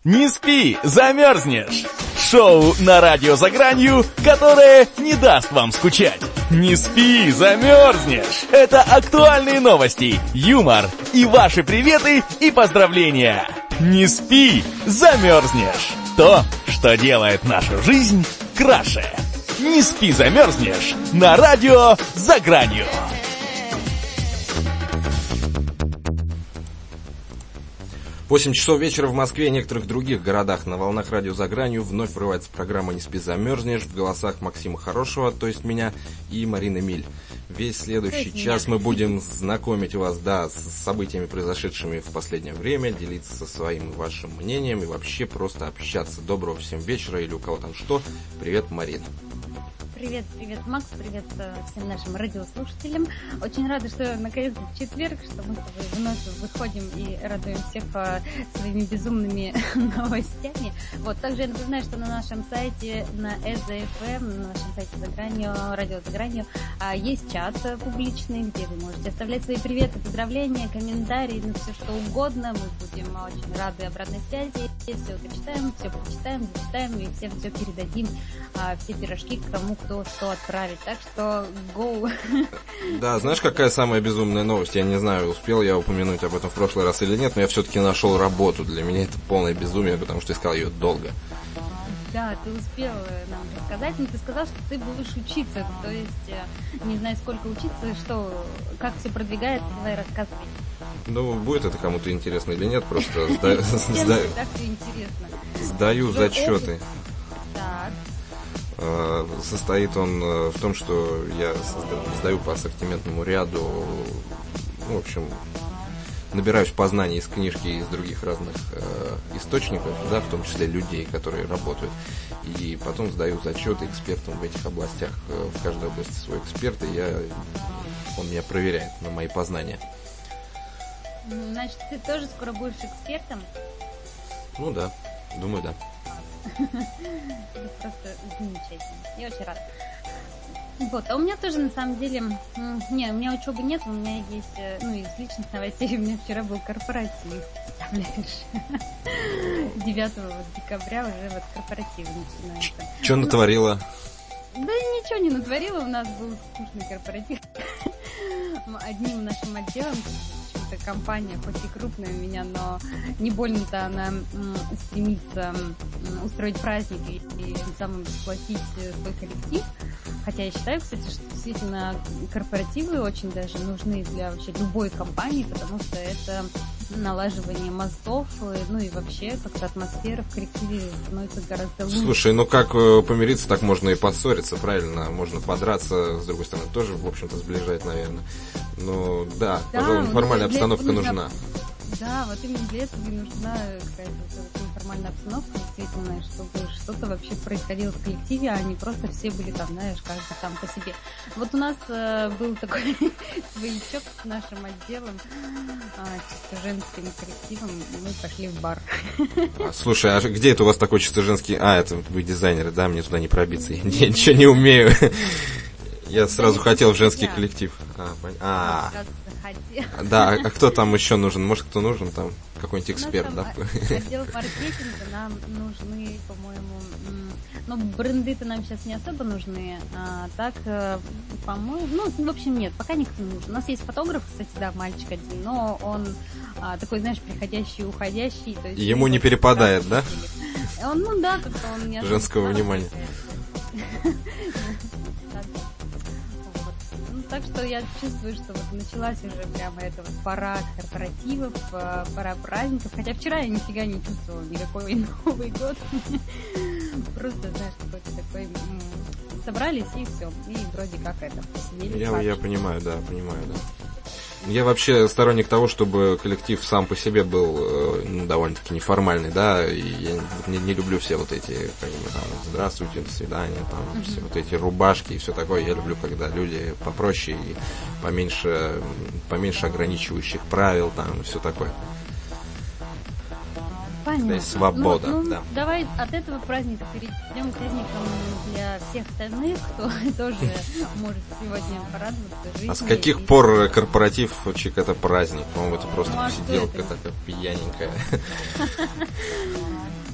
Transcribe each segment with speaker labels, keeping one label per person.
Speaker 1: Не спи, замерзнешь! Шоу на радио «За гранью», которое не даст вам скучать. Не спи, замерзнешь! Это актуальные новости, юмор и ваши приветы и поздравления. Не спи, замерзнешь! То, что делает нашу жизнь краше. Не спи, замерзнешь! На радио «За гранью».
Speaker 2: 8 часов вечера в Москве и некоторых других городах. На волнах радио «За гранью» вновь врывается программа «Не спи, замерзнешь» в голосах Максима Хорошего, то есть меня, и Марины Миль. Весь следующий час мы будем знакомить вас, с событиями, произошедшими в последнее время, делиться своим и вашим мнением и вообще просто общаться. Доброго всем вечера или у кого там что. Привет, Марина.
Speaker 3: Привет, Макс, привет всем нашим радиослушателям. Очень рада, что наконец-то в четверг, что мы с тобой вновь выходим и радуем всех своими безумными новостями. Вот, также я напоминаю, что на нашем сайте, на ЭЗФМ, на нашем сайте «За гранью», радио «За гранью», есть чат публичный, где вы можете оставлять свои приветы, поздравления, комментарии, все что угодно. Мы будем очень рады обратной связи. Все почитаем, все почитаем, зачитаем и всем все передадим, все пирожки кому кто что отправить. Так что go!
Speaker 2: Да, знаешь, какая самая безумная новость? Я не знаю, успел я упомянуть об этом в прошлый раз или нет, но я все-таки нашел работу. Для меня это полное безумие, потому что искал ее долго.
Speaker 3: Да, ты успел нам рассказать, но ты сказал, что ты будешь учиться. То есть, не знаю, сколько учиться, как все продвигается, давай рассказывай.
Speaker 2: Ну, будет это кому-то интересно или нет, просто сдаю зачеты.
Speaker 3: Так.
Speaker 2: Состоит он в том, что я сдаю по ассортиментному ряду, в общем, набираюсь познаний из книжки и из других разных источников, в том числе людей, которые работают, и потом сдаю зачеты экспертам в этих областях. В каждой области свой эксперт, и он меня проверяет на мои познания.
Speaker 3: Значит, ты тоже скоро будешь экспертом?
Speaker 2: Ну да, думаю, да.
Speaker 3: Это просто замечательно. Я очень рада. Вот, а у меня тоже на самом деле, у меня учебы нет, у меня есть, из личных новостей, у меня вчера был корпоратив, представляешь? 9 декабря уже корпоративы начинаются.
Speaker 2: Что натворила?
Speaker 3: Да ничего не натворила, у нас был скучный корпоратив. Одним нашим отделом, почему-то компания, хоть и крупная у меня, но не больно-то она стремится устроить праздник и тем самым сплотить свой коллектив. Хотя я считаю, кстати, что действительно корпоративы очень даже нужны для вообще любой компании, потому что это налаживание мостов, и вообще как-то атмосфера в коллективе становится гораздо лучше.
Speaker 2: Слушай, как помириться, так можно и поссориться, правильно? Можно подраться, с другой стороны, тоже, в общем-то, сближает, наверное. Но да, пожалуй, неформальная обстановка нужна.
Speaker 3: Да, вот именно для этого и нужна какая-то неформальная обстановка, действительно, чтобы что-то вообще происходило в коллективе, а не просто все были там, знаешь, каждый сам по себе. Вот у нас был такой своячок с нашим отделом, чисто женским коллективом, и мы пошли в бар.
Speaker 2: Слушай, а где это у вас такой чисто женский... это вы дизайнеры, да, мне туда не пробиться, я ничего не умею. Я сразу хотел в женский коллектив. Да, а кто там еще нужен? Может, кто нужен там? Какой-нибудь эксперт, да?
Speaker 3: Отдел маркетинга нам нужны, по-моему... бренды-то нам сейчас не особо нужны. Так, по-моему... в общем, нет, пока никто не нужен. У нас есть фотограф, кстати, да, мальчик один, но он такой, знаешь, приходящий, уходящий. То есть
Speaker 2: ему не перепадает, да?
Speaker 3: Он, как-то он не...
Speaker 2: Женского внимания.
Speaker 3: Так что я чувствую, что началась уже прямо эта пора корпоративов, пора праздников. Хотя вчера я нифига не чувствовала никакой Новый год. Просто, знаешь, какой-то такой... Собрались и все. И вроде как это посидели.
Speaker 2: Я понимаю, да. Я вообще сторонник того, чтобы коллектив сам по себе был довольно-таки неформальный, да, и я не люблю все вот эти, здравствуйте, до свидания, все вот эти рубашки и все такое. Я люблю, когда люди попроще и поменьше ограничивающих правил, и все такое.
Speaker 3: Понятно.
Speaker 2: То есть свобода, да.
Speaker 3: Давай от этого праздника перейдем к праздникам для всех остальных, кто тоже может сегодня порадоваться жизни.
Speaker 2: А с каких пор корпоративчик это праздник? По-моему, это просто посиделка такая пьяненькая.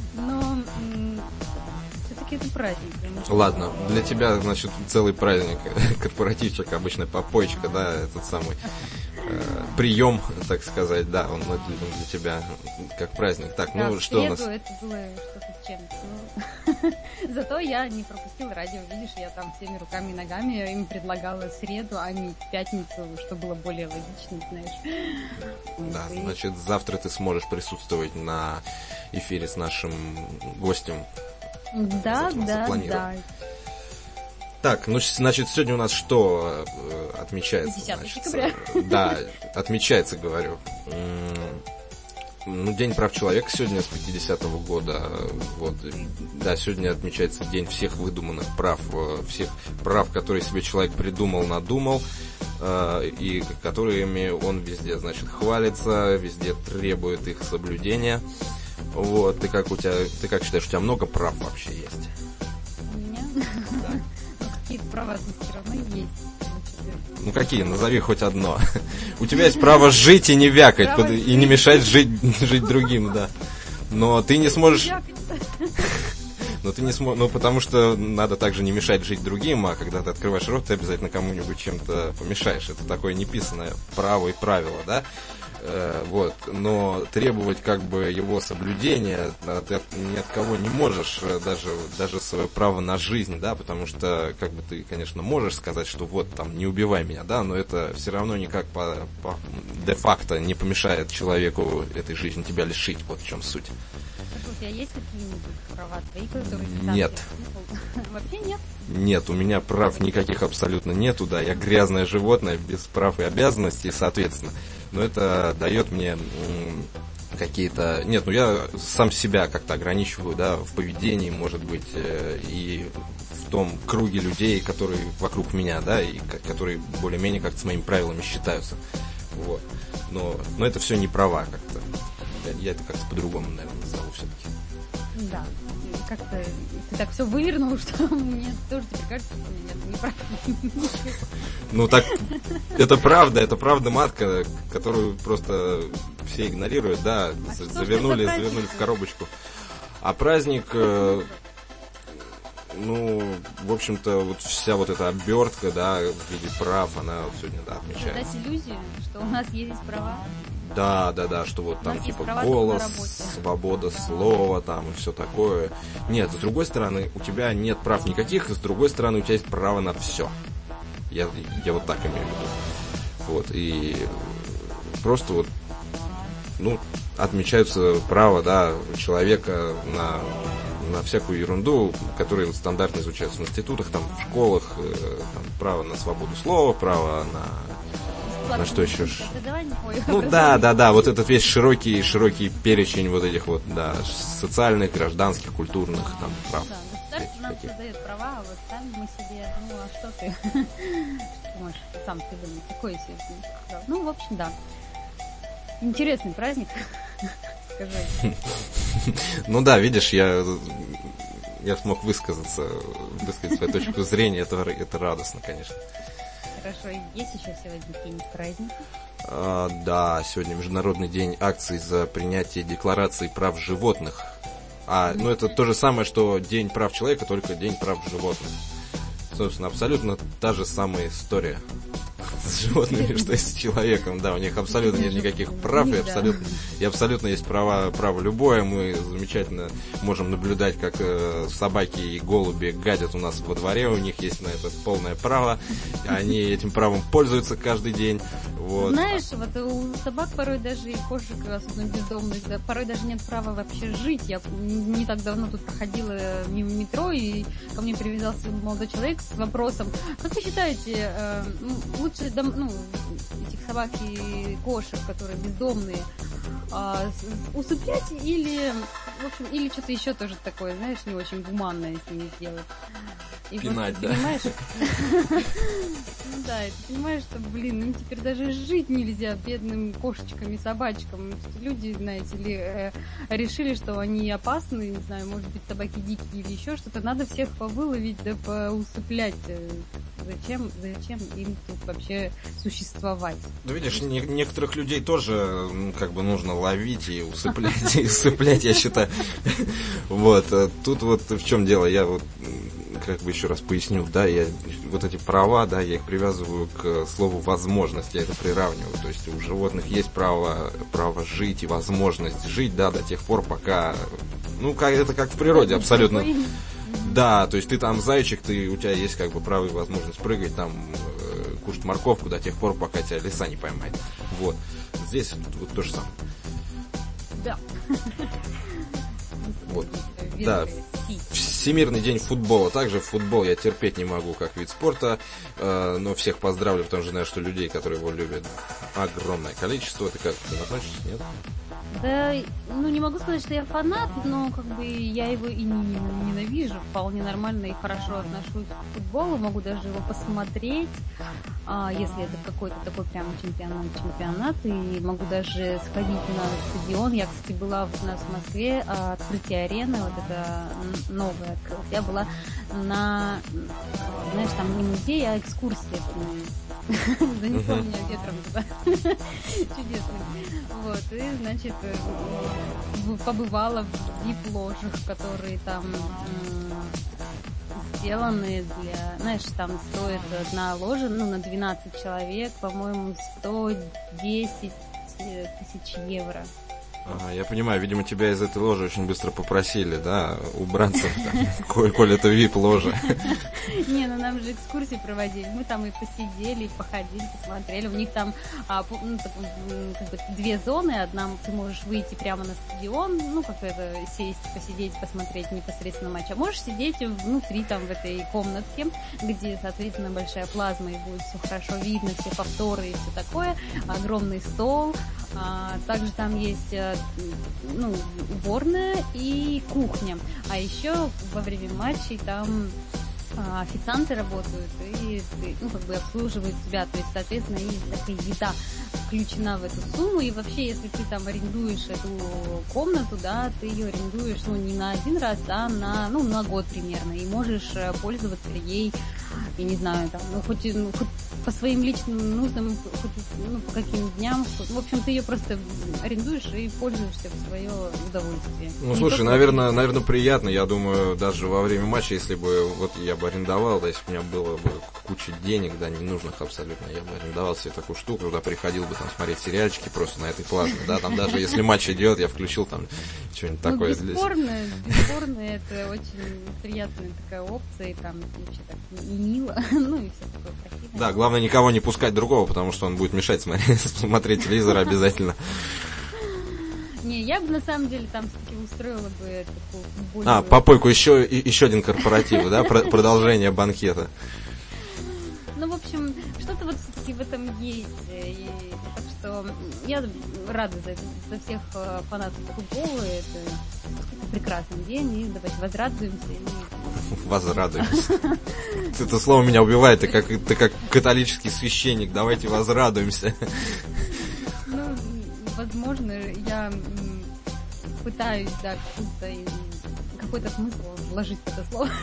Speaker 3: все-таки это праздник.
Speaker 2: Ладно, для тебя, значит, целый праздник, корпоративчик, обычная попоечка, да, этот самый прием, так сказать, да, он для тебя как праздник. Так, ну что у нас?
Speaker 3: Это было что-то с чем-то. Зато я не пропустила радио, видишь, я там всеми руками и ногами им предлагала среду, а не пятницу, что было более логично, знаешь.
Speaker 2: Да, значит, завтра ты сможешь присутствовать на эфире с нашим гостем.
Speaker 3: Да.
Speaker 2: Так, ну, значит, сегодня у нас что отмечается?
Speaker 3: 10 декабря.
Speaker 2: Да, отмечается, говорю. Ну, День прав человека сегодня с 50-го года. Вот. Да, сегодня отмечается День всех выдуманных прав, всех прав, которые себе человек придумал, надумал, и которыми он везде, значит, хвалится, везде требует их соблюдения. Вот. Ты как считаешь, у тебя много прав вообще есть?
Speaker 3: У меня? Да. Какие-то права все равно есть.
Speaker 2: Ну какие? Назови хоть одно. У тебя есть право жить и не вякать, и не мешать жить другим, да. Но ты не сможешь... Ну, потому что надо также не мешать жить другим, а когда ты открываешь рот, ты обязательно кому-нибудь чем-то помешаешь. Это такое неписанное право и правило, да? Вот, но требовать как бы его соблюдения ты ни от кого не можешь, даже свое право на жизнь, да, потому что как бы ты, конечно, можешь сказать, что вот там не убивай меня, да, но это все равно никак по де-факто не помешает человеку этой жизни тебя лишить, вот в чем суть.
Speaker 3: У тебя есть какие-нибудь права твои, которые...
Speaker 2: Нет.
Speaker 3: Вообще нет?
Speaker 2: Нет, у меня прав никаких абсолютно нету, да, я грязное животное, без прав и обязанностей, соответственно. Но это дает мне какие-то... Нет, ну я сам себя как-то ограничиваю, да, в поведении, может быть, и в том круге людей, которые вокруг меня, да, и которые более-менее как-то с моими правилами считаются. Вот. Но это все не права как-то. Я это как-то по-другому, наверное, назову все-таки.
Speaker 3: Да. Как-то ты так все вывернул, что мне тоже теперь кажется, что у меня нет неправда.
Speaker 2: Ну так, это правда матка, которую просто все игнорируют, да, завернули в коробочку. А праздник, ну, в общем-то, вот вся вот эта обертка, да, в виде прав, она сегодня, да, отмечается.
Speaker 3: Создать иллюзию, что у нас есть права.
Speaker 2: Да, что вот там типа голос, свобода слова там и все такое. Нет, с другой стороны, у тебя нет прав никаких, с другой стороны, у тебя есть право на все. Я вот так имею в виду. Вот, и просто вот, ну, отмечаются права, да, человека на всякую ерунду, которые стандартно изучаются в институтах, там, в школах, там, право на свободу слова, право на что еще? Ну да, вот этот весь широкий перечень вот этих вот, да, социальных, гражданских, культурных там прав.
Speaker 3: Да, государство нам создает права, а вот сами мы себе, ну а что ты? Что ты можешь сам придумать? Какой себе? Ну, в общем, да. Интересный праздник, скажи.
Speaker 2: Ну да, видишь, я смог высказать свою точку зрения, это радостно, конечно.
Speaker 3: Хорошо, есть еще сегодня какие-нибудь праздники?
Speaker 2: Да, сегодня Международный день акций за принятие декларации прав животных. Ну это то же самое, что День прав человека, только День прав животных. Собственно, абсолютно та же самая история с животными, что и с человеком. Да, у них абсолютно нет никаких прав, и абсолютно есть право любое. Мы замечательно можем наблюдать, как собаки и голуби гадят у нас во дворе, у них есть на это полное право, они этим правом пользуются каждый день. Вот.
Speaker 3: Знаешь, вот у собак порой даже и кошек, особенно бездомных, да, порой даже нет права вообще жить. Я не так давно тут проходила мимо метро, и ко мне привязался молодой человек с вопросом: как вы считаете, лучше этих собак и кошек, которые бездомные, усыплять или, в общем, или что-то еще тоже такое, знаешь, не очень гуманное с ними сделать? И
Speaker 2: пинать,
Speaker 3: вот, да? Понимаешь? Да, и ты понимаешь, что, блин, теперь даже жить нельзя бедным кошечкам и собачкам. Люди, знаете ли, решили, что они опасны, не знаю, может быть, собаки дикие или еще что-то. Надо всех повыловить, да поусыплять. Зачем им тут вообще существовать?
Speaker 2: Да видишь, некоторых людей тоже как бы нужно ловить и усыплять, я считаю. Вот, тут вот в чем дело, я вот как бы еще раз поясню, да, я вот эти права, да, я их привязываю к слову возможность, я это приравниваю, то есть у животных есть право жить и возможность жить, да, до тех пор, пока, это как в природе абсолютно. Да, то есть ты там зайчик, у тебя есть как бы право и возможность прыгать, там, кушать морковку до тех пор, пока тебя лиса не поймает. Вот. Здесь вот то же самое.
Speaker 3: Да.
Speaker 2: Вот. Да. Всемирный день футбола. Также футбол я терпеть не могу как вид спорта, но всех поздравлю, потому что знаю, что людей, которые его любят, огромное количество. Ты как, ты относишься, нет?
Speaker 3: Да, не могу сказать, что я фанат, но как бы я его и не ненавижу. Вполне нормально и хорошо отношусь к футболу, могу даже его посмотреть, если это какой-то такой прям чемпионат, и могу даже сходить на стадион. Я, кстати, была у нас в Москве, открытие арены, вот это новое открылось. Я была на, знаешь, там не музей, а экскурсия. Занесло меня ветром туда. Чудесно. Вот, и, значит, побывала в вип-ложах, которые там сделаны для... Знаешь, там стоит одна ложа, на 12 человек, по-моему, 110 тысяч евро.
Speaker 2: Ага, я понимаю, видимо, тебя из этой ложи очень быстро попросили, да, убраться, коль это вип-ложа.
Speaker 3: Не, нам же экскурсии проводили, мы там и посидели, и походили, посмотрели, у них там как бы две зоны, одна ты можешь выйти прямо на стадион, сесть, посидеть, посмотреть непосредственно матч, а можешь сидеть внутри там в этой комнатке, где, соответственно, большая плазма, и будет все хорошо видно, все повторы и все такое, огромный стол. Также там есть уборная и кухня. А еще во время матчей там официанты работают и обслуживают тебя. То есть, соответственно, и такая еда включена в эту сумму. И вообще, если ты там арендуешь эту комнату, да, ты ее арендуешь, не на один раз, а на год примерно. И можешь пользоваться ей, я не знаю, там, хоть по своим личным нуждам, хоть, по каким дням. В общем, ты ее просто арендуешь и пользуешься в свое удовольствие.
Speaker 2: Слушай, наверное, приятно. Я думаю, даже во время матча, если бы я бы арендовал, да, если бы у меня было бы куча денег, да, ненужных абсолютно, я бы арендовал себе такую штуку, туда приходил бы там смотреть сериальчики просто на этой плазме, да, там даже если матч идет, я включил там что-нибудь такое.
Speaker 3: Бесспорно, это очень приятная такая опция, и там вообще так и мило, и все такое красивое.
Speaker 2: Да, главное никого не пускать другого, потому что он будет мешать смотреть телевизор обязательно.
Speaker 3: Не, я бы на самом деле там все-таки устроила бы такую футбольную...
Speaker 2: попойку, еще один корпоратив, да, продолжение банкета.
Speaker 3: В общем, что-то вот все-таки в этом есть. И, так что я рада за всех фанатов футбола. Это прекрасный день, и давайте возрадуемся.
Speaker 2: Возрадуемся. Это слово меня убивает, ты как католический священник, давайте возрадуемся.
Speaker 3: Возможно, я пытаюсь, да, какой-то смысл вложить в это слово.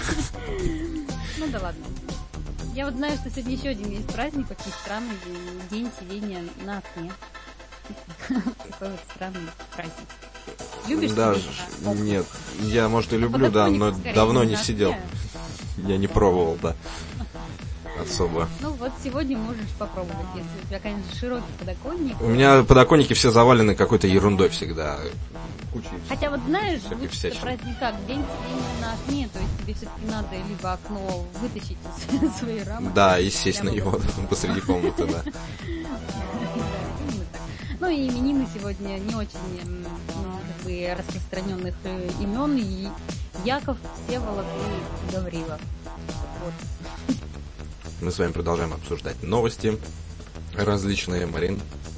Speaker 3: Да ладно. Я вот знаю, что сегодня еще один есть праздник, очень странный день сидения на окне. Такой вот странный праздник. Любишь сидеть на окне?
Speaker 2: Нет, я, может, и люблю, да, но давно не сидел. Я не пробовал, да. Особо.
Speaker 3: Сегодня можешь попробовать, если у тебя, конечно, широкий подоконник.
Speaker 2: У меня подоконники все завалены какой-то ерундой всегда.
Speaker 3: Хотя вот знаешь, лучше праздник как день сидения на окне, то есть тебе все-таки надо либо окно вытащить из своей рамы.
Speaker 2: Да, и сесть на него посреди комнаты, да.
Speaker 3: И именины сегодня не очень распространенных имен. Яков, Всеволод и Гаврила. Вот.
Speaker 2: Мы с вами продолжаем обсуждать новости различные. Марин.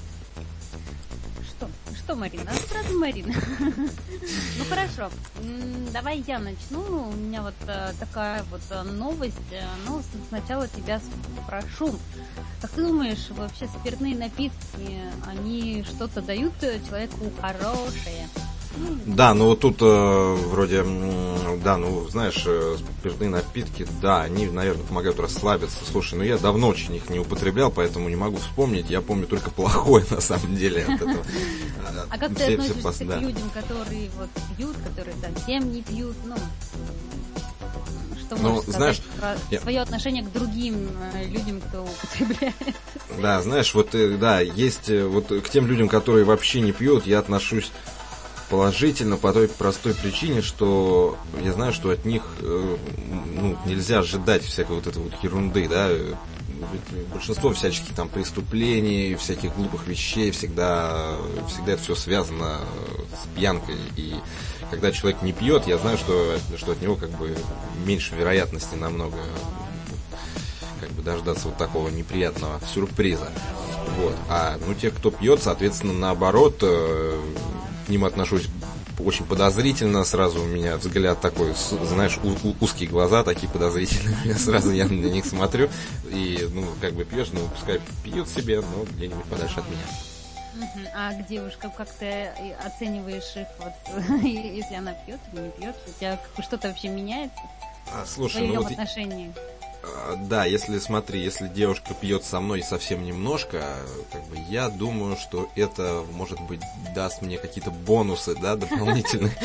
Speaker 3: Что, Марина? Сразу Марина. Хорошо. Давай я начну. У меня вот такая вот новость. Сначала тебя спрошу. Как ты думаешь, вообще спиртные напитки, они что-то дают человеку хорошее?
Speaker 2: Да, тут вроде Да, ну, знаешь, спиртные напитки, да, они, наверное, помогают расслабиться. Слушай, ну я давно очень их не употреблял, поэтому не могу вспомнить. Я помню только плохое, на самом деле, от этого.
Speaker 3: А как ты относишься к людям, которые вот пьют, которые совсем не пьют, ну... Что можешь сказать про свое отношение к другим людям, кто употребляет?
Speaker 2: Да, знаешь, вот, да, есть вот к тем людям, которые вообще не пьют, я отношусь положительно по той простой причине, что я знаю, что от них нельзя ожидать всякой вот этой вот ерунды, да. Большинство всяческих там преступлений, всяких глупых вещей, всегда это все связано с пьянкой. И когда человек не пьет, я знаю, что от него как бы меньше вероятности намного как бы дождаться вот такого неприятного сюрприза. Вот. А те, кто пьет, соответственно, наоборот, к ним отношусь очень подозрительно, сразу у меня взгляд такой, знаешь, узкие глаза такие подозрительные, сразу я на них смотрю, и, как бы пьешь, пускай пьют себе, но где-нибудь подальше от меня.
Speaker 3: А к девушкам как ты оцениваешь их, вот, если она пьет или не пьет, у тебя что-то вообще меняется
Speaker 2: слушай,
Speaker 3: в твоем отношении?
Speaker 2: Да, если девушка пьет со мной совсем немножко, как бы я думаю, что это, может быть, даст мне какие-то бонусы, да, дополнительные.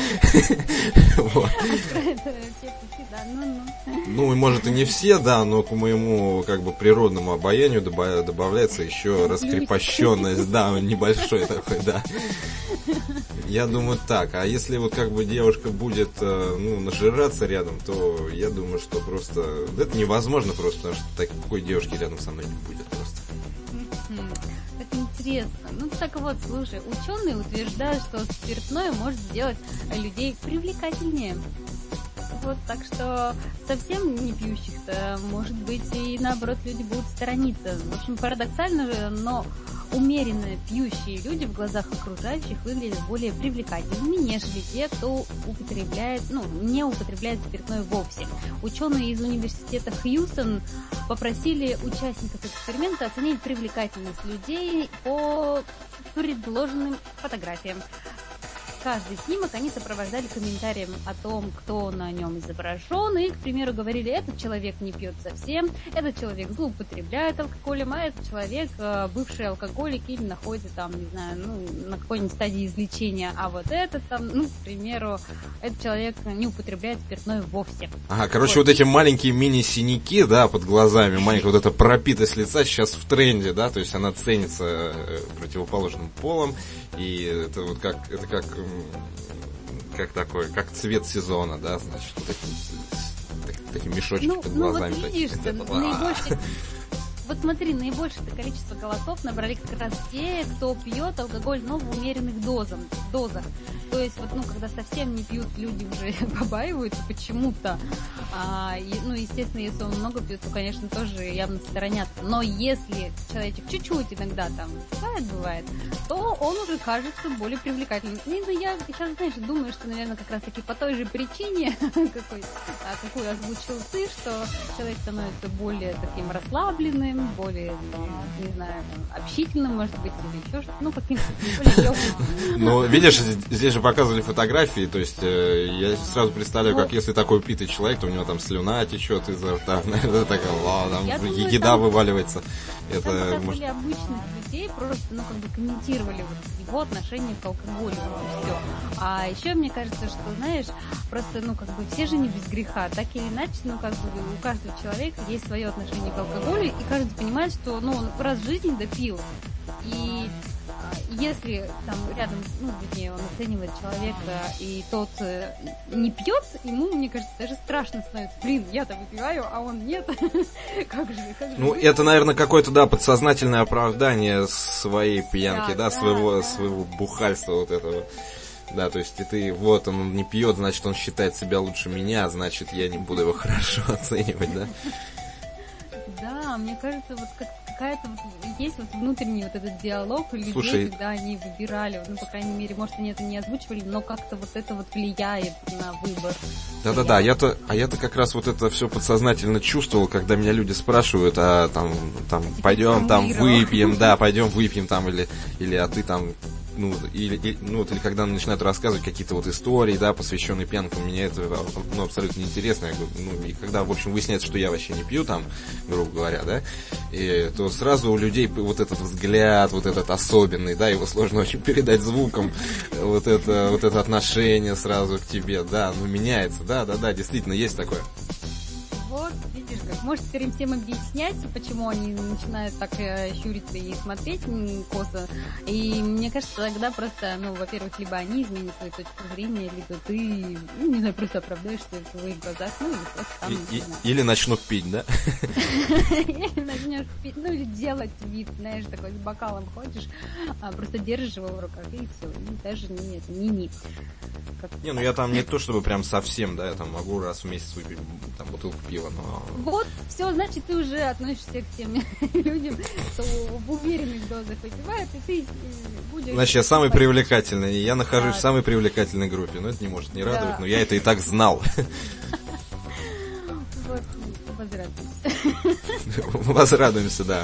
Speaker 2: Ну, и может и не все, да, но к моему, как бы, природному обаянию добавляется еще раскрепощенность, да, небольшой такой, да. Я думаю так, а если вот как бы девушка будет, нажираться рядом, то я думаю, что просто это невозможно просто, потому что такой девушки рядом со мной не будет просто.
Speaker 3: Как интересно. Так вот, слушай, ученые утверждают, что спиртное может сделать людей привлекательнее. Вот, так что совсем не пьющих-то, может быть, и наоборот люди будут сторониться. В общем, парадоксально же, но умеренно пьющие люди в глазах окружающих выглядят более привлекательными, нежели те, кто не употребляет спиртное вовсе. Ученые из университета Хьюстон попросили участников эксперимента оценить привлекательность людей по предложенным фотографиям. Каждый снимок они сопровождали комментарием о том, кто на нем изображен, и, к примеру, говорили, этот человек не пьет совсем, этот человек злоупотребляет алкоголем, а этот человек бывший алкоголик или находится там, не знаю, на какой-нибудь стадии излечения, а вот этот там, к примеру, этот человек не употребляет спиртное вовсе.
Speaker 2: Ага, короче, вот эти маленькие мини-синяки, да, под глазами, маленькая вот эта пропитость лица сейчас в тренде, да, то есть она ценится противоположным полом, и это вот как цвет сезона, да, значит, вот такие мешочки под глазами.
Speaker 3: Вот видишь, вот смотри, наибольшее количество голосов набрали как раз те, кто пьет алкоголь, но в умеренных дозах. То есть, когда совсем не пьют, люди уже побаиваются почему-то. Естественно, если он много пьет, то, конечно, тоже явно сторонятся. Но если человечек чуть-чуть иногда там бывает, то он уже кажется более привлекательным. Я сейчас, знаешь, думаю, что, наверное, как раз-таки по той же причине, какую озвучил ты, что человек становится более таким расслабленным, более, не знаю, общительным, может быть, или еще что-то, каким-то более легким.
Speaker 2: Ну, видишь, здесь же показывали фотографии, то есть я сразу представляю, как если такой упитый человек, то у него там слюна течет изо рта, еда вываливается.
Speaker 3: Это может... обычных людей просто, комментировали его отношение к алкоголю, все. А еще мне кажется, что, знаешь, просто, все же не без греха, так или иначе, у каждого человека есть свое отношение к алкоголю, и каждый понимает, что, он раз в жизни допил, и если там рядом, он оценивает человека, и тот не пьет, ему, мне кажется, даже страшно становится. Я-то выпиваю, а он нет. Как же?
Speaker 2: Это, наверное, какое-то, подсознательное оправдание своей пьянки, своего бухальства вот этого. Да, то есть он не пьет, значит, он считает себя лучше меня, значит, я не буду его хорошо оценивать, да?
Speaker 3: Да, мне кажется, какая-то есть внутренний этот диалог у людей, когда они выбирали, по крайней мере, может, они это не озвучивали, но как-то это влияет на выбор.
Speaker 2: Да-да-да, я-то как раз это все подсознательно чувствовал, когда меня люди спрашивают, пойдем там выпьем, пойдем выпьем там, или а ты там или когда начинают рассказывать какие-то вот истории, да, посвященные пьянкам, мне это абсолютно неинтересно. Я говорю, и когда, в общем, выясняется, что я вообще не пью, там, грубо говоря, да, то сразу у людей вот этот взгляд, вот этот особенный, да, его сложно очень передать звуком, вот это отношение сразу к тебе, да, меняется, да, действительно, есть такое.
Speaker 3: Вот, видишь как. Можешь теперь им всем объяснять, почему они начинают так щуриться и смотреть косо. И мне кажется, тогда просто, во-первых, либо они изменят свою точку зрения, либо ты, не знаю, просто оправдаешься в своих глазах, или просто там...
Speaker 2: Или начнут пить, да?
Speaker 3: Или начнешь пить, или делать вид, знаешь, такой с бокалом ходишь, просто держишь его в руках, и все. И даже не.
Speaker 2: Я там не то, чтобы прям совсем, да, я там могу раз в месяц выпить там бутылку пива, но...
Speaker 3: Вот, все, значит, ты уже относишься к тем людям, кто в уверенных дозах выпивает, и ты будешь...
Speaker 2: Значит, я самый привлекательный, я нахожусь в самой привлекательной группе, но это не может не радовать, но я это и так знал.
Speaker 3: Вот, возрадуемся.
Speaker 2: Возрадуемся, да.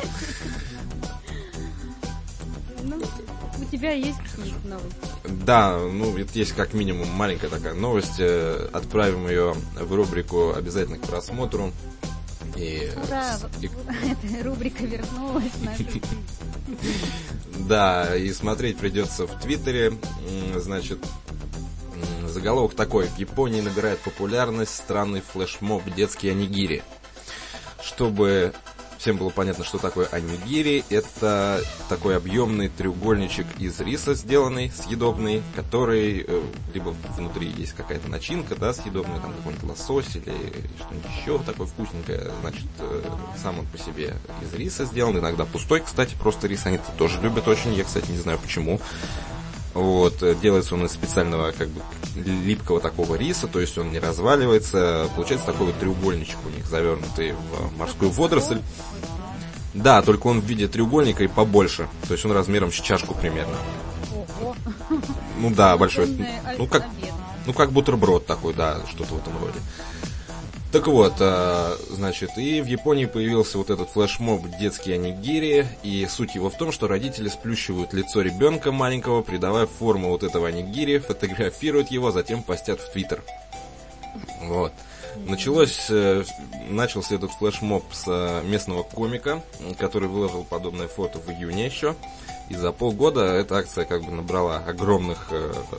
Speaker 3: У тебя есть какие-то новости?
Speaker 2: Да, это есть как минимум маленькая такая новость. Отправим ее в рубрику обязательно к просмотру.
Speaker 3: Ура! Эта рубрика вернулась в нашу жизнь.
Speaker 2: Да, и смотреть придется в Твиттере. Значит, заголовок такой: в Японии набирает популярность странный флешмоб детские онигири. Чтобы всем было понятно, что такое онигири, это такой объемный треугольничек из риса сделанный, съедобный, который либо внутри есть какая-то начинка, да, съедобная, там какой-нибудь лосось или что-нибудь еще такое вкусненькое, значит, сам он по себе из риса сделан, иногда пустой, кстати, просто рис они тоже любят очень, я, кстати, не знаю почему. Вот, делается он из специального, липкого такого риса, то есть он не разваливается. Получается такой вот треугольничек у них, завернутый в морскую водоросль. Да, только он в виде треугольника и побольше. То есть он размером с чашку примерно. Да, большой. Как бутерброд такой, да, что-то в этом роде. Так вот, значит, и в Японии появился вот этот флешмоб детские онигири, и суть его в том, что родители сплющивают лицо ребенка маленького, придавая форму вот этого онигири, фотографируют его, затем постят в Твиттер. Вот. Начался этот флешмоб с местного комика, который выложил подобное фото в июне еще, и за полгода эта акция набрала огромных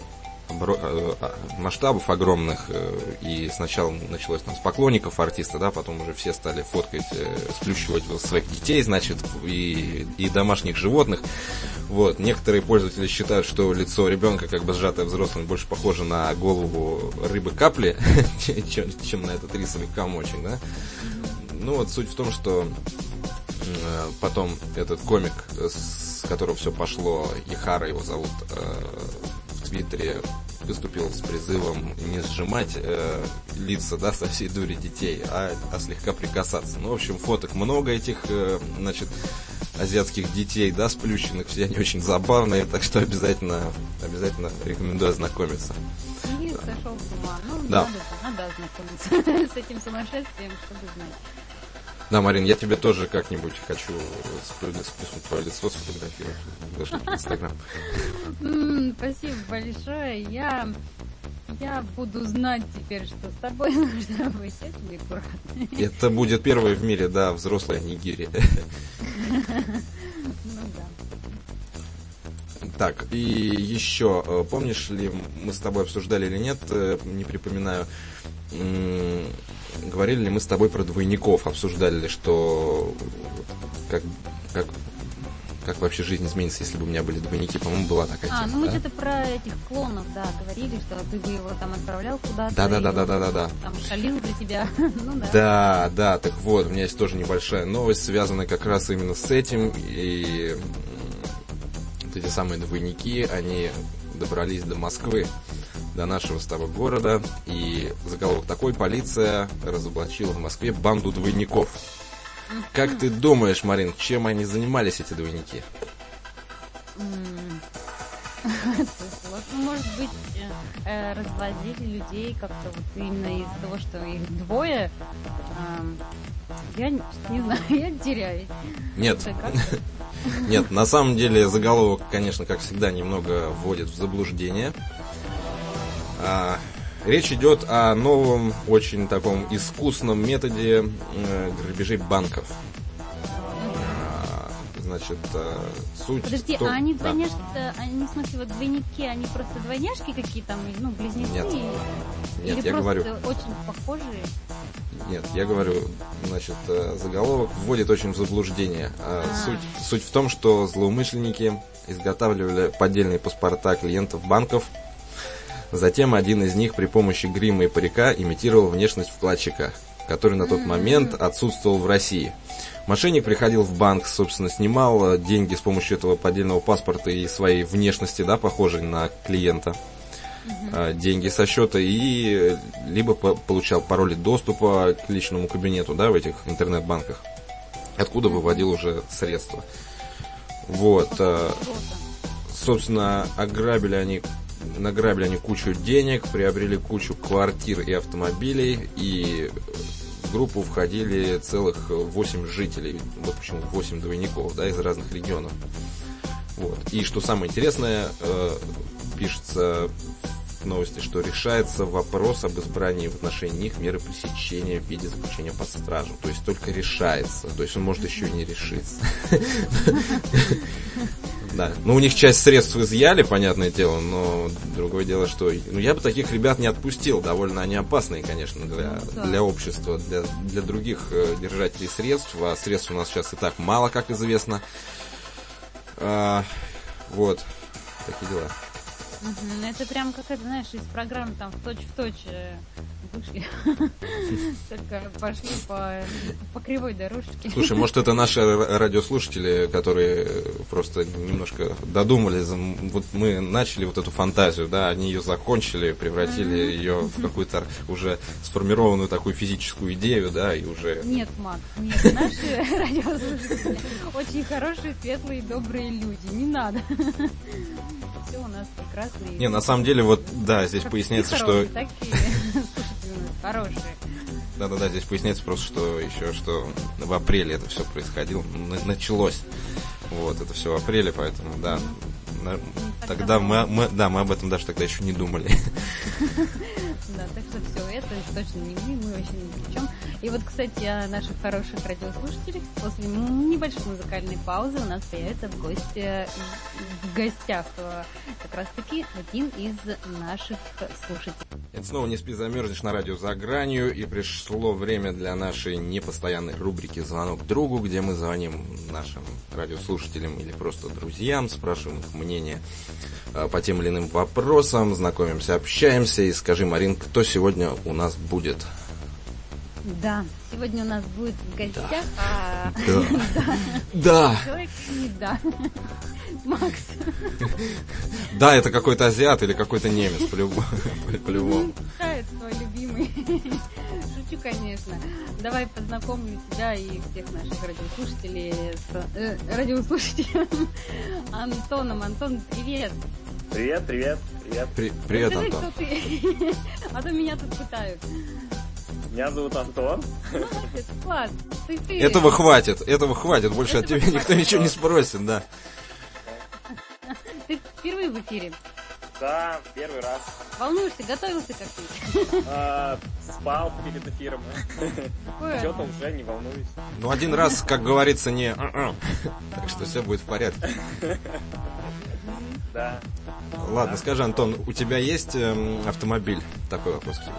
Speaker 2: масштабов огромных, и сначала началось с поклонников артиста, да, потом уже все стали фоткать, сплющивать своих детей, значит, и домашних животных. Вот. Некоторые пользователи считают, что лицо ребенка, сжатое взрослым, больше похоже на голову рыбы-капли, чем на этот рисовый комочек, да. Суть в том, что потом этот комик, с которого все пошло, Ихара его зовут, в Твиттере выступил с призывом не сжимать лица, да, со всей дури детей, а слегка прикасаться. В общем, фоток много этих, значит, азиатских детей, да, сплющенных, все они очень забавные, так что обязательно рекомендую ознакомиться.
Speaker 3: Или сошел с ума.
Speaker 2: Да.
Speaker 3: Надо ознакомиться с этим сумасшествием, чтобы знать.
Speaker 2: Да, Марин, я тебе тоже как-нибудь хочу сплюснуть твое лицо, сфотографировать, выложить в Инстаграм.
Speaker 3: Спасибо большое. Я буду знать теперь, что с тобой нужно быть очень аккуратной.
Speaker 2: Это будет первый в мире, да, взрослый онигири. Так, и еще, помнишь ли, мы с тобой обсуждали или нет, не припоминаю, говорили ли мы с тобой про двойников, обсуждали ли, что как вообще жизнь изменится, если бы у меня были двойники, по-моему, была такая тема.
Speaker 3: Мы что-то про этих клонов, да, говорили, что ты бы его там отправлял куда-то.
Speaker 2: Да.
Speaker 3: Там шалил для тебя.
Speaker 2: Да, так вот, у меня есть тоже небольшая новость, связанная как раз именно с этим, и вот эти самые двойники, они добрались до Москвы, до нашего с тобой города, и заголовок такой: полиция разоблачила в Москве банду двойников. Как ты думаешь, Марин, чем они занимались, эти двойники?
Speaker 3: Вот, ну, может быть, развозили людей как-то вот именно из-за того, что их двое. Я не знаю, я теряюсь.
Speaker 2: Нет. Нет, на самом деле заголовок, конечно, как всегда, немного вводит в заблуждение. Речь идет о новом, очень таком искусном методе грабежей банков. Значит, суть...
Speaker 3: Подожди,
Speaker 2: том...
Speaker 3: а они
Speaker 2: да.
Speaker 3: двойняшки, они, в смысле, вот двойники, они просто двойняшки какие-то, ну, близнецы?
Speaker 2: Нет,
Speaker 3: или
Speaker 2: я
Speaker 3: просто
Speaker 2: говорю...
Speaker 3: очень похожие?
Speaker 2: Нет, я говорю, значит, заголовок вводит очень в заблуждение. Суть в том, что злоумышленники изготавливали поддельные паспорта клиентов банков. Затем один из них при помощи грима и парика имитировал внешность вкладчика, который на тот момент отсутствовал в России. Мошенник приходил в банк, собственно, снимал деньги с помощью этого поддельного паспорта и своей внешности, да, похожей на клиента, деньги со счета, и либо получал пароли доступа к личному кабинету, да, в этих интернет-банках, откуда выводил уже средства. Вот, собственно, награбили они кучу денег, приобрели кучу квартир и автомобилей, и в группу входили целых 8 жителей, вот почему 8 двойников, да, из разных регионов. Вот. И что самое интересное, пишется в новости, что решается вопрос об избрании в отношении них меры пресечения в виде заключения под стражу. То есть только решается, то есть он может еще и не решиться. Да, ну у них часть средств изъяли, понятное дело, но другое дело, что... Ну я бы таких ребят не отпустил, довольно они опасные, конечно, для общества, для других держателей средств, а средств у нас сейчас и так мало, как известно. Вот, такие дела.
Speaker 3: Это прям какая-то, знаешь, из программ там в точь вышли. Только пошли по кривой дорожке.
Speaker 2: Слушай, может это наши радиослушатели, которые просто немножко додумались. Вот мы начали вот эту фантазию, да, они ее закончили, превратили ее в какую-то уже сформированную такую физическую идею, да, и уже...
Speaker 3: Нет, Макс, нет, наши радиослушатели очень хорошие, светлые, добрые люди, не надо. Все у нас прекрасные.
Speaker 2: Не, на самом деле, вот, да, здесь как поясняется, что...
Speaker 3: Такие слушатели у нас хорошие.
Speaker 2: Да, здесь поясняется просто, что еще, что в апреле это все происходило, началось. Вот, это все в апреле, поэтому, да, тогда мы об этом даже тогда еще не думали.
Speaker 3: Да, так что все, это точно не мы вообще ни при чем. И вот, кстати, о наших хороших радиослушателях. После небольшой музыкальной паузы у нас появится в гостях как раз-таки один из наших слушателей.
Speaker 2: Это снова «Не спи, замерзнешь» на радио «За гранью», и пришло время для нашей непостоянной рубрики «Звонок другу», где мы звоним нашим радиослушателям или просто друзьям, спрашиваем их мнение по тем или иным вопросам, знакомимся, общаемся. И скажи, Марин, кто сегодня у нас будет?
Speaker 3: Да, сегодня у нас будет в гостях...
Speaker 2: Да.
Speaker 3: Человек не да. Макс.
Speaker 2: Да, это какой-то азиат или какой-то немец, по-любому.
Speaker 3: Да, это твой любимый. Шучу, конечно. Давай познакомлю тебя и всех наших радиослушателей с радиослушателем Антоном. Антон, привет.
Speaker 4: Привет.
Speaker 2: Привет, Антон.
Speaker 3: Кто ты? А то меня тут пытают.
Speaker 4: Меня зовут Антон.
Speaker 3: Молодец, класс. Ты.
Speaker 2: Этого хватит. Больше от тебя никто ничего не спросит, да.
Speaker 3: Ты впервые в эфире?
Speaker 4: Да, первый раз.
Speaker 3: Волнуешься, готовился как-нибудь?
Speaker 4: Спал перед эфиром. Что-то уже не волнуюсь.
Speaker 2: Ну, один раз, как говорится, не... Так что все будет в порядке.
Speaker 4: Да.
Speaker 2: Ладно, скажи, Антон, у тебя есть автомобиль? Такой вопрос к тебе.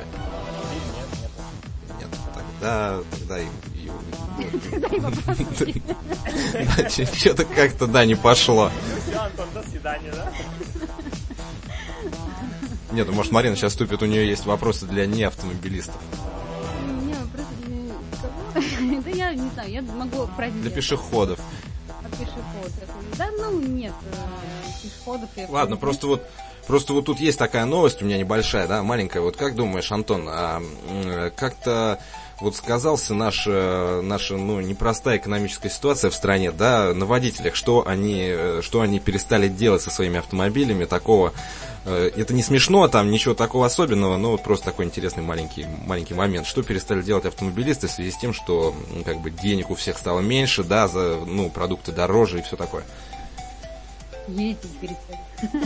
Speaker 2: Нет, тогда и
Speaker 3: вопрос.
Speaker 2: Что-то как-то, да, не пошло.
Speaker 4: Все, Антон, до свидания, да?
Speaker 2: Нет, ну, может, Марина сейчас вступит, у нее есть вопросы для неавтомобилистов.
Speaker 3: У меня вопросы для кого? Да я не знаю, я могу праздник...
Speaker 2: Для пешеходов.
Speaker 3: А пешеходов? Да, ну, нет, пешеходов...
Speaker 2: Ладно, просто вот тут есть такая новость у меня небольшая, да, маленькая. Вот как думаешь, Антон, как-то вот сказался наша непростая экономическая ситуация в стране, да, на водителях, что они перестали делать со своими автомобилями такого. Это не смешно, там ничего такого особенного, но вот просто такой интересный маленький момент. Что перестали делать автомобилисты в связи с тем, что как бы денег у всех стало меньше, да, продукты дороже и все такое.
Speaker 3: Ездить перестали.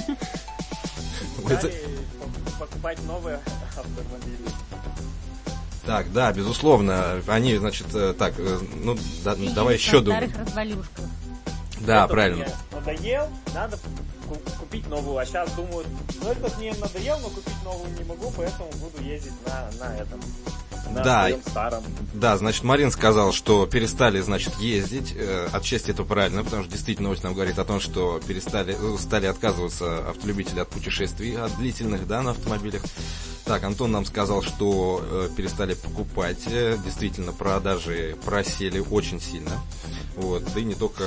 Speaker 4: Покупать новые автомобили.
Speaker 2: Так, да, безусловно. Они, значит, давай еще думаем.
Speaker 3: Старых развалюшках.
Speaker 2: Да,
Speaker 4: это
Speaker 2: правильно.
Speaker 4: Мне надоел, надо купить новую. А сейчас думают, этот мне надоел, но купить новую не могу, поэтому буду ездить на этом. На своем старом. Да,
Speaker 2: значит, Марин сказал, что перестали, значит, ездить. Отчасти это правильно, потому что действительно новость нам говорит о том, что стали отказываться автолюбители от путешествий, от длительных, да, на автомобилях. Так, Антон нам сказал, что перестали покупать. Действительно, продажи просели очень сильно. Вот, да и не только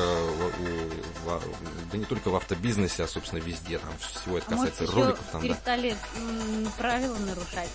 Speaker 2: в автобизнесе, а, собственно, везде. Там всего это касается
Speaker 3: может,
Speaker 2: роликов. Там,
Speaker 3: перестали правила нарушать.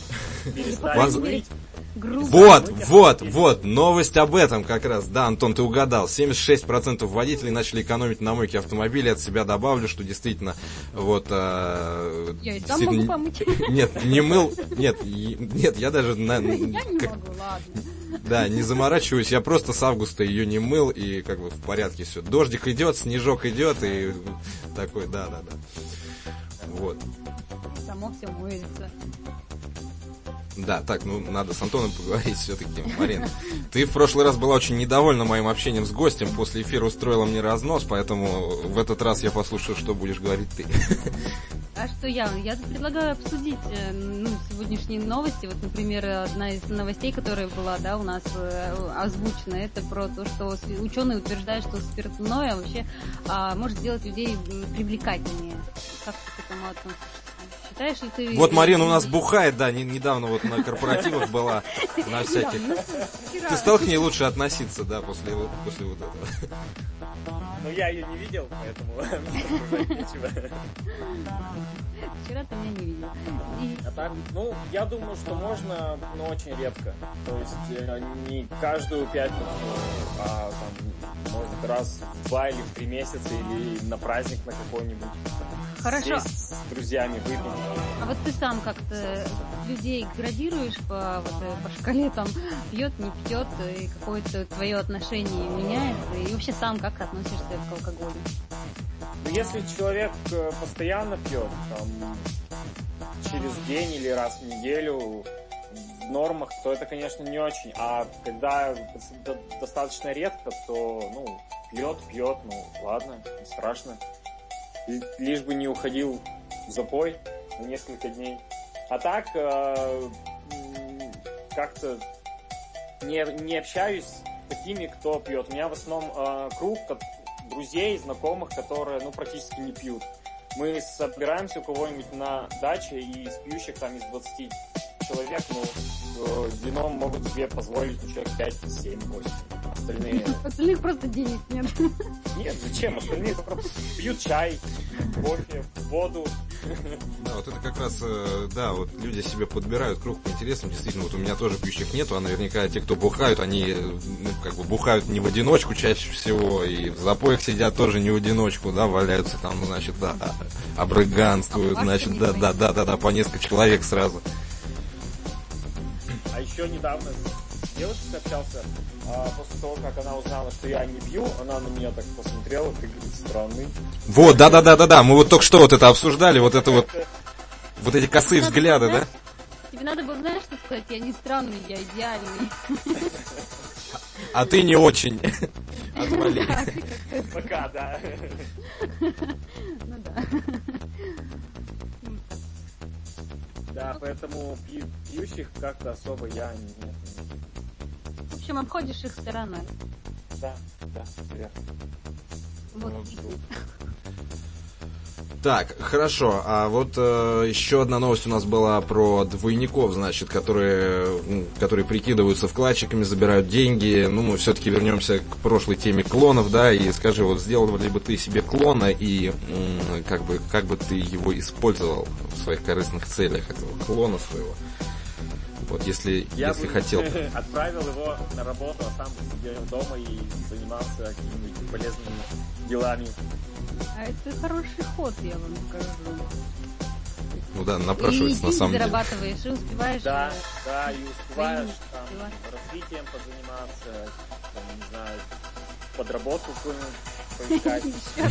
Speaker 2: Вот, новость об этом как раз. Да, Антон, ты угадал. 76% водителей начали экономить на мойке автомобиля. От себя добавлю, что действительно вот...
Speaker 3: Я и сам могу помыть.
Speaker 2: Нет, не мыл. Нет, я даже...
Speaker 3: Я не могу, ладно.
Speaker 2: Да, не заморачиваюсь, я просто с августа ее не мыл, и как бы в порядке все. Дождик идет, снежок идет, и такой, да. Вот.
Speaker 3: Само все моется.
Speaker 2: Да, так, надо с Антоном поговорить все-таки. Марина, ты в прошлый раз была очень недовольна моим общением с гостем, после эфира устроила мне разнос, поэтому в этот раз я послушаю, что будешь говорить ты.
Speaker 3: А что я предлагаю обсудить сегодняшние новости. Вот, например, одна из новостей, которая была, да, у нас озвучена, это про то, что ученые утверждают, что спиртное вообще может сделать людей привлекательнее. Как ты к этому относишься? Считаешь ли ты...
Speaker 2: Вот Марина у нас бухает, да, недавно вот на корпоративах была, на всяких. Ты стал к ней лучше относиться, да, после вот этого.
Speaker 4: Ну, я ее не видел, поэтому нечего.
Speaker 3: Вчера ты меня не видел.
Speaker 4: А так, я думаю, что можно, но очень редко. То есть не каждую пятницу, а там, может, раз в 2 или в 3 месяца, или на праздник на какой-нибудь.
Speaker 3: Хорошо.
Speaker 4: С друзьями выпить.
Speaker 3: А вот ты сам как-то людей градируешь по шкале, там, пьет, не пьет, и какое-то твое отношение меняется, и вообще сам как относишься к алкоголю?
Speaker 4: Если человек постоянно пьет, там, через день или раз в неделю в нормах, то это, конечно, не очень. А когда достаточно редко, то, пьет, ладно, не страшно. Лишь бы не уходил в запой на несколько дней. А так, как-то не общаюсь с такими, кто пьет. У меня в основном круг друзей, знакомых, которые, практически не пьют. Мы собираемся у кого-нибудь на даче, и из пьющих там из 20 человек, вином могут себе позволить человек 5, 7, 8.
Speaker 3: Остальных просто денег нет.
Speaker 4: Нет, зачем? Остальные просто пьют чай, кофе, воду.
Speaker 2: Да, вот это как раз, да, вот люди себе подбирают круг по интересам. Действительно, вот у меня тоже пьющих нету, а наверняка те, кто бухают, они, бухают не в одиночку чаще всего, и в запоях сидят тоже не в одиночку, да, валяются там, значит, да, обрыганствуют, значит, да, по несколько человек сразу.
Speaker 4: А еще недавно с девушкой общался, после того, как она узнала, что я не пью, она на меня так посмотрела, ты, говорит, странный.
Speaker 2: Вот, да, мы вот только что вот это обсуждали, вот эти косые взгляды, да?
Speaker 3: Тебе надо было, знаешь, что сказать, я не странный, я идеальный.
Speaker 2: А ты не очень. Отвали.
Speaker 4: Пока, да.
Speaker 3: Ну да.
Speaker 4: Да, поэтому пьющих как-то особо я не...
Speaker 3: В общем, обходишь их стороной.
Speaker 4: Да, верно.
Speaker 3: Вот.
Speaker 2: Так, хорошо. А вот еще одна новость у нас была про двойников, значит, которые прикидываются вкладчиками, забирают деньги. Мы все-таки вернемся к прошлой теме клонов, да, и скажи, вот сделал ли бы ты себе клона и как бы ты его использовал в своих корыстных целях, этого клона своего? Вот если хотел.
Speaker 4: Отправил его на работу, а сам сидел дома и занимался какими-нибудь полезными делами.
Speaker 3: А это хороший ход, я вам скажу.
Speaker 2: Ну да, напрашивается на самом деле.
Speaker 3: И зарабатываешь, и успеваешь.
Speaker 4: Да, и успеваешь там развитием позаниматься, там, не знаю, подработку какую-нибудь поискать.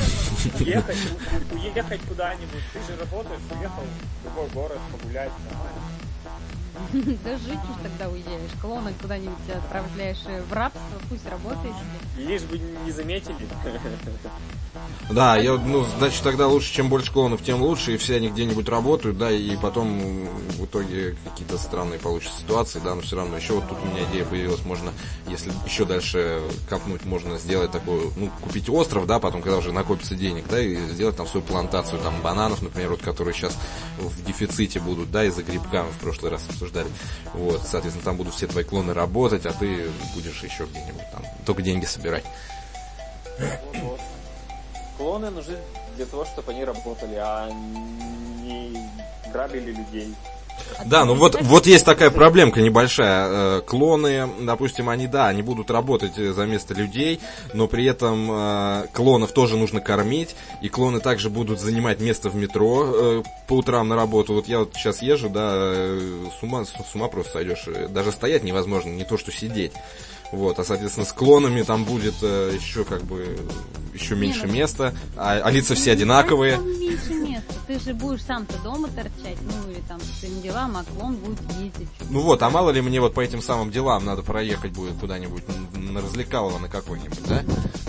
Speaker 4: Уехать куда-нибудь. Ты же работаешь, уехал в другой город погулять, нормально.
Speaker 3: Да жить уж тогда уедешь. Клона куда-нибудь отправляешь в рабство, пусть работает.
Speaker 4: Лишь бы не заметили.
Speaker 2: Да, значит, тогда лучше, чем больше клонов, тем лучше, и все они где-нибудь работают, да, и потом в итоге какие-то странные получатся ситуации, да, но все равно еще вот тут у меня идея появилась, можно, если еще дальше копнуть, можно сделать такую, купить остров, да, потом, когда уже накопится денег, да, и сделать там свою плантацию, там, бананов, например, вот, которые сейчас в дефиците будут, да, из-за грибка, мы в прошлый раз обсуждали, вот, соответственно, там будут все твои клоны работать, а ты будешь еще где-нибудь там только деньги собирать.
Speaker 4: Вот. Клоны нужны для того, чтобы они работали, а не грабили людей.
Speaker 2: Да, вот есть такая проблемка небольшая. Клоны, допустим, они будут работать за место людей, но при этом клонов тоже нужно кормить, и клоны также будут занимать место в метро по утрам на работу. Вот я вот сейчас езжу, да, с ума просто сойдешь. Даже стоять невозможно, не то что сидеть. Вот, а соответственно с клонами там будет еще меньше места, а лица все одинаковые.
Speaker 3: Меньше места. Ты же будешь сам-то дома торчать, или там по своим делам, а клон будет ездить.
Speaker 2: А мало ли мне вот по этим самым делам надо проехать будет куда-нибудь на развлекалово на какой-нибудь, да?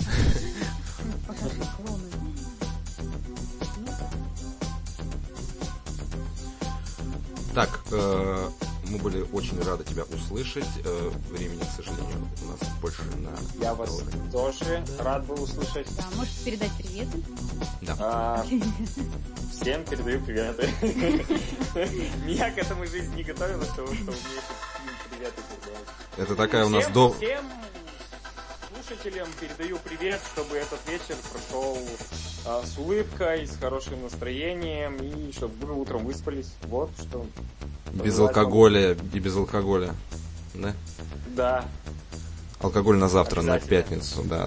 Speaker 2: Так, мы были очень рады тебя услышать. Времени, к сожалению, у нас больше на...
Speaker 4: Я вас тоже рад был услышать.
Speaker 3: Да, можете передать привет.
Speaker 2: Да.
Speaker 4: Всем передаю приветы. Меня к этому жизнь не готовила, что умею приветы передавать.
Speaker 2: Это такая у нас
Speaker 4: Всем слушателям передаю привет, чтобы этот вечер прошел с улыбкой, с хорошим настроением, и чтобы вы утром выспались. Вот что.
Speaker 2: Без алкоголя и без алкоголя, да?
Speaker 4: Да.
Speaker 2: Алкоголь на завтра, на пятницу, да.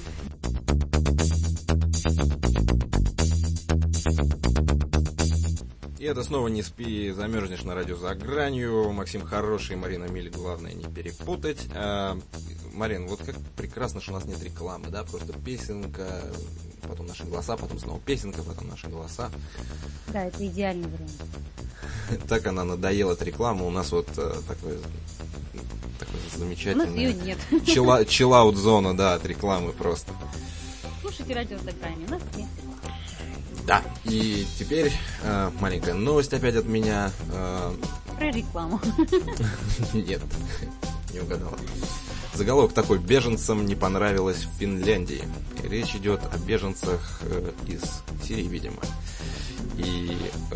Speaker 2: И это снова «Не спи, замерзнешь» на радио «За гранью». Максим Хороший, Марина Миль, главное не перепутать. Марин, вот как прекрасно, что у нас нет рекламы, да, просто песенка, потом наши голоса, потом снова песенка, потом наши голоса.
Speaker 3: Да, это идеальный вариант.
Speaker 2: Так она надоела, эта реклама, у нас вот такой замечательный...
Speaker 3: У нас ее нет.
Speaker 2: Чиллаут-зона, да, от рекламы просто.
Speaker 3: Слушайте радио «За гранью», у нас нет.
Speaker 2: Да, и теперь маленькая новость опять от меня.
Speaker 3: Про рекламу.
Speaker 2: Нет, не угадала. Заголовок такой: беженцам не понравилось в Финляндии. И речь идет о беженцах из Сирии, видимо. И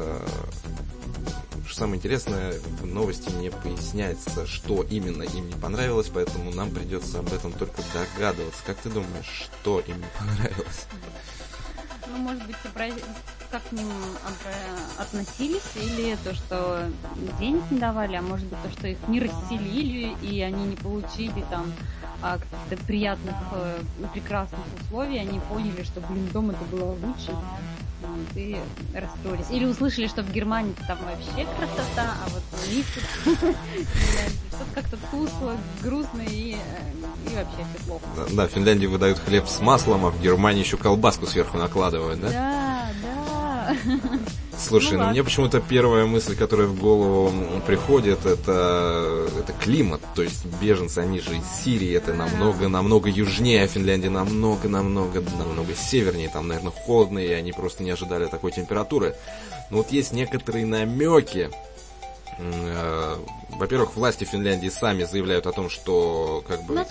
Speaker 2: что самое интересное, в новости не поясняется, что именно им не понравилось, поэтому нам придется об этом только догадываться. Как ты думаешь, что им не понравилось?
Speaker 3: Может быть, как к ним относились, или то, что денег не давали, а может быть, то, что их не расселили, и они не получили там каких-то приятных, прекрасных условий, они поняли, что, дома это было лучше, и расстроились. Или услышали, что в Германии там вообще красота, а вот у них что-то как-то тускло, грустно и вообще все плохо.
Speaker 2: Да, в Финляндии выдают хлеб с маслом, а в Германии еще колбаску сверху накладывают, да?
Speaker 3: Да.
Speaker 2: Слушай, мне почему-то первая мысль, которая в голову приходит, это климат. То есть беженцы, они же из Сирии, это намного южнее, а Финляндия намного севернее. Там, наверное, холодно, и они просто не ожидали такой температуры. Но вот есть некоторые намеки. Во-первых, власти Финляндии сами заявляют о том, что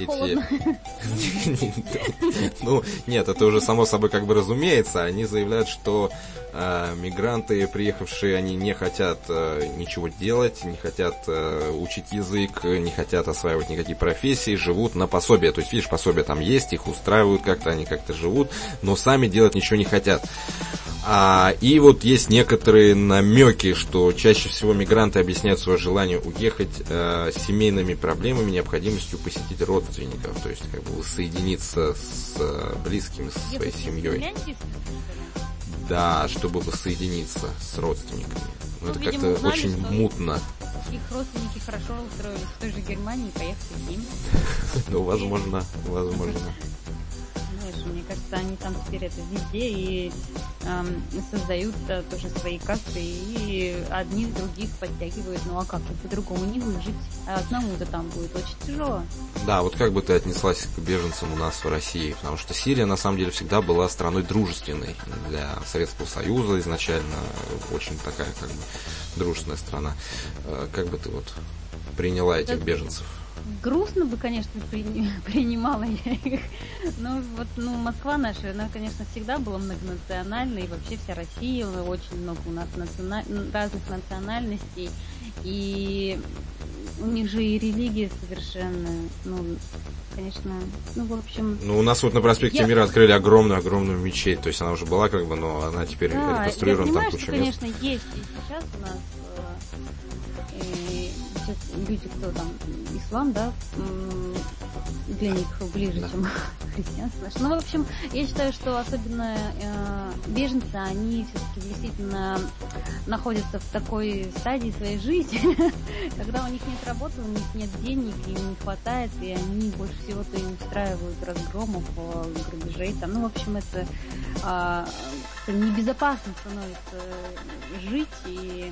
Speaker 2: нет, это уже само собой разумеется. Они заявляют, что мигранты, приехавшие, они не хотят ничего делать, не хотят учить язык, не хотят осваивать никакие профессии, живут на пособие. То есть, видишь, пособие там есть, их устраивают как-то, они как-то живут, но сами делать ничего не хотят. И вот есть некоторые намеки, что чаще всего мигранты объясняют свое желание уехать семейными проблемами, необходимостью посетить родственников, то есть как бы воссоединиться с близкими, со своей семьей. Да, чтобы воссоединиться с родственниками. Но это
Speaker 3: видимо,
Speaker 2: как-то
Speaker 3: узнали,
Speaker 2: очень мутно.
Speaker 3: Их родственники хорошо устроились в той же Германии, поехали к ним.
Speaker 2: Ну, возможно.
Speaker 3: Знаешь, мне кажется, они там теперь это везде и создают тоже свои касты, и одни других подтягивают. Ну а как? По-другому не выжить. А одному-то там будет очень тяжело.
Speaker 2: Да, вот как бы ты отнеслась к беженцам у нас в России? Потому что Сирия, на самом деле, всегда была страной дружественной для Советского Союза изначально. Очень такая, как бы, дружественная страна. Как бы ты вот приняла этих беженцев?
Speaker 3: Грустно бы, конечно, принимала я их. Но вот, Москва наша, она, конечно, всегда была многонациональной. И вообще вся Россия, очень много у нас разных национальностей. И у них же и религия совершенно, конечно, в общем...
Speaker 2: У нас вот на проспекте Мира открыли огромную мечеть. То есть она уже была как бы, но она теперь реконструирована, там куча мест.
Speaker 3: Конечно, есть и сейчас у нас люди, кто там, ислам, да, для них ближе, чем христианство. В общем, я считаю, что особенно беженцы, они все-таки действительно находятся в такой стадии своей жизни, когда у них нет работы, у них нет денег, им не хватает, и они больше всего-то им устраивают разгромов, грабежей. Там. В общем, это как-то небезопасно становится жить, и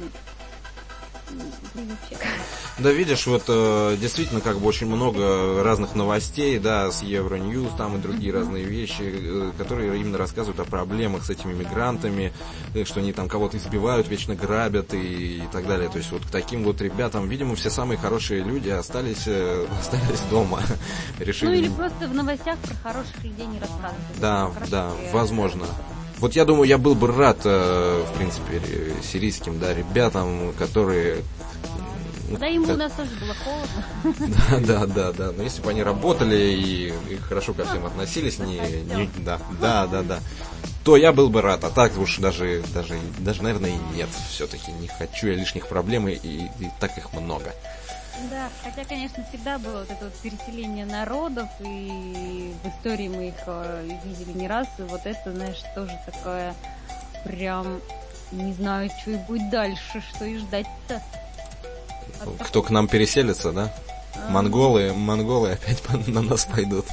Speaker 2: да, видишь, вот действительно как бы очень много разных новостей, да, с Евроньюз там и другие разные вещи, которые именно рассказывают о проблемах с этими мигрантами, что они там кого-то избивают, вечно грабят и так далее. То есть вот к таким вот ребятам, видимо, все самые хорошие люди остались дома. Решили...
Speaker 3: или просто в новостях про хороших людей не рассказывают.
Speaker 2: Да, возможно. Вот я думаю, я был бы рад, в принципе, сирийским, да, ребятам, которые...
Speaker 3: Да, им у нас тоже было холодно.
Speaker 2: Да. Но если бы они работали и хорошо ко всем относились, то я был бы рад. А так уж даже, наверное, и нет. Все-таки не хочу я лишних проблем, и так их много.
Speaker 3: Да, хотя, конечно, всегда было вот это вот переселение народов, и в истории мы их видели не раз, и вот это, знаешь, тоже такое прям, не знаю, что и будет дальше, что и ждать-то.
Speaker 2: Кто к нам переселится, да? Монголы опять на нас пойдут.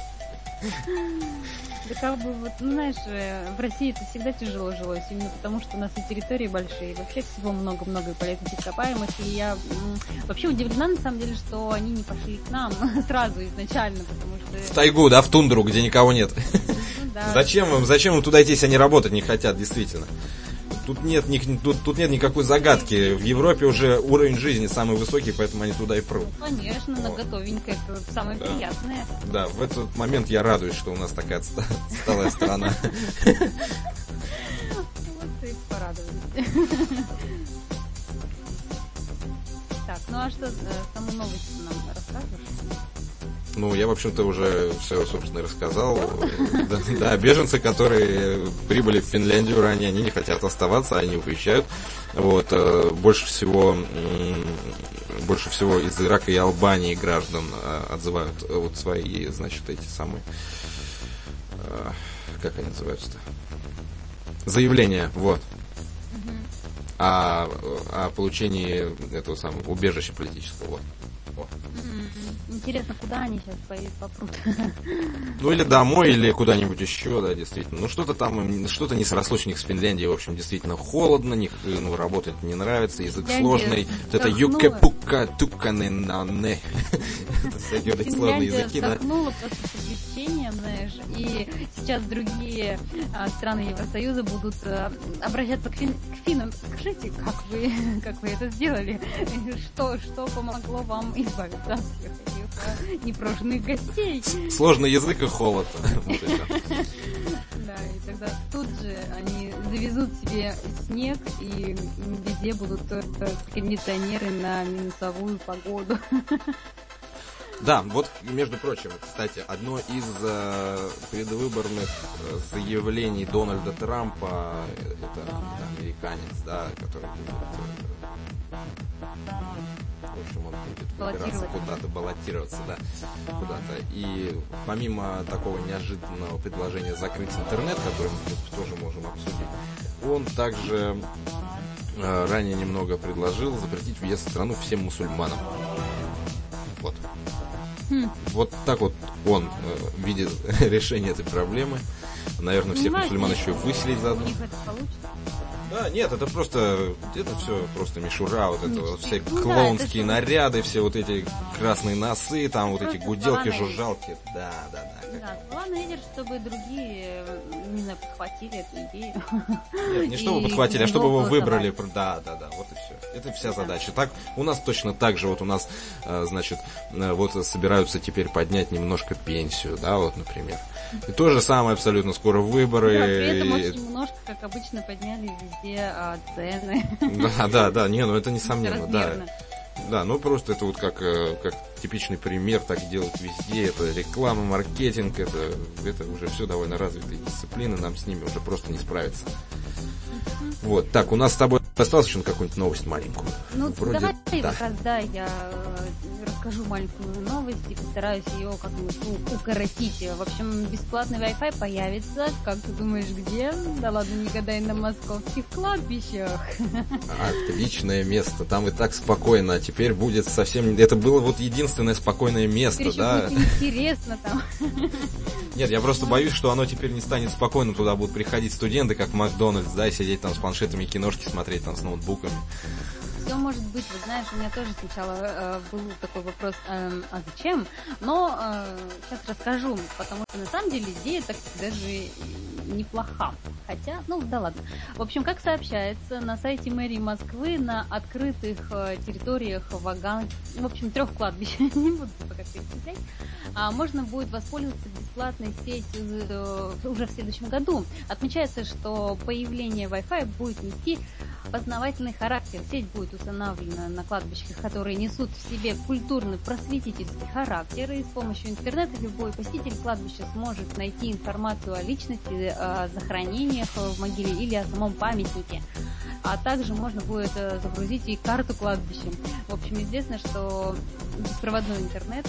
Speaker 3: Да как бы вот, знаешь, в России это всегда тяжело жилось, именно потому что у нас и территории большие, и вообще всего много-много полезных ископаемых, и я вообще удивлена, на самом деле, что они не пошли к нам сразу изначально, потому что...
Speaker 2: В тайгу, да, в тундру, где никого нет.
Speaker 3: Да.
Speaker 2: Зачем им туда идти, если они работать не хотят, действительно? Тут нет никакой загадки. В Европе уже уровень жизни самый высокий, поэтому они туда и прут.
Speaker 3: Конечно, на готовенькое, это самое приятное.
Speaker 2: Да, в этот момент я радуюсь, что у нас такая отсталая страна.
Speaker 3: Вот и порадовались. Так, а что саму новость нам расскажешь?
Speaker 2: Я, в общем-то, уже все, собственно, рассказал. Да, беженцы, которые прибыли в Финляндию ранее, они не хотят оставаться, они уезжают. Вот, больше всего из Ирака и Албании граждан отзывают вот свои, значит, эти самые, как они называются-то? Заявления, вот. О получении этого самого убежища политического. Вот.
Speaker 3: Интересно, куда они сейчас попрут?
Speaker 2: Или домой, или куда-нибудь еще, да, действительно. Что-то не срослось у них с Финляндией, в общем, действительно холодно, работать не нравится, язык сложный. Вот это юкепука туканенане. Всякие вот эти сложные языки, да.
Speaker 3: Вздохнула просто с облегчением, знаешь, и сейчас другие страны Евросоюза будут обращаться к финнам. Скажите, как вы это сделали? Что помогло вам избавиться от своих непрошенных гостей?
Speaker 2: Сложный язык и холод.
Speaker 3: Да, и тогда тут же они завезут себе снег, и везде будут кондиционеры на минусовую погоду.
Speaker 2: Да, вот, между прочим, кстати, одно из предвыборных заявлений Дональда Трампа, это американец, да, который будет, в общем, он будет выбираться куда-то, баллотироваться, да, куда-то. И помимо такого неожиданного предложения закрыть интернет, который мы тоже можем обсудить, он также ранее немного предложил запретить въезд в страну всем мусульманам. Вот. Вот так вот он видит решение этой проблемы. Наверное, всех мусульман еще и выселить заодно.
Speaker 3: У них это получится?
Speaker 2: Да, нет, это просто, это все просто мишура, вот это вот все клоунские наряды, все вот эти красные носы, там вот эти гуделки, жужжалки. Да.
Speaker 3: Да, главное, видишь, чтобы другие, не знаю, подхватили эту идею.
Speaker 2: Нет, не чтобы подхватили, а чтобы его выбрали. Да, вот и все. Это вся задача. Так, у нас точно так же, вот у нас, значит, вот собираются теперь поднять немножко пенсию, да, вот, например. И то же самое абсолютно, скоро выборы.
Speaker 3: Да, при этом очень немножко, как обычно, подняли везде цены.
Speaker 2: Да, не, ну это несомненно, да. Да, ну просто это вот как типичный пример, так делают везде, это реклама, маркетинг, это уже все довольно развитые дисциплины, нам с ними уже просто не справиться. Вот, так, у нас с тобой осталось еще какую-нибудь новость маленькую?
Speaker 3: Ну,
Speaker 2: вроде,
Speaker 3: давай,
Speaker 2: да.
Speaker 3: как раз, да, я расскажу маленькую новость и постараюсь ее как-нибудь укоротить. В общем, бесплатный Wi-Fi появится, как ты думаешь, где? Да ладно, не гадай, на московских кладбищах.
Speaker 2: Отличное место, там и так спокойно, а теперь будет совсем... Это было вот единственное спокойное место,
Speaker 3: теперь
Speaker 2: да?
Speaker 3: Теперь будет интересно там.
Speaker 2: Нет, я просто боюсь, что оно теперь не станет спокойным, туда будут приходить студенты, как в Макдональдс, да, и сидеть там с планшетами, киношки смотреть там с ноутбуками.
Speaker 3: Все может быть, вот знаешь, у меня тоже сначала был такой вопрос, а зачем? Но сейчас расскажу, потому что на самом деле идея так даже неплоха. Хотя, ну да ладно. В общем, как сообщается, на сайте мэрии Москвы на открытых территориях в общем, 3 кладбищ, не буду пока перечислять, можно будет воспользоваться бесплатной сетью уже в следующем году. Отмечается, что появление Wi-Fi будет нести познавательный характер. Сеть будет установлена на кладбищах, которые несут в себе культурно-просветительский характер, и с помощью интернета любой посетитель кладбища сможет найти информацию о личности, о захоронениях в могиле или о самом памятнике. А также можно будет загрузить и карту кладбища. В общем, известно, что беспроводной интернет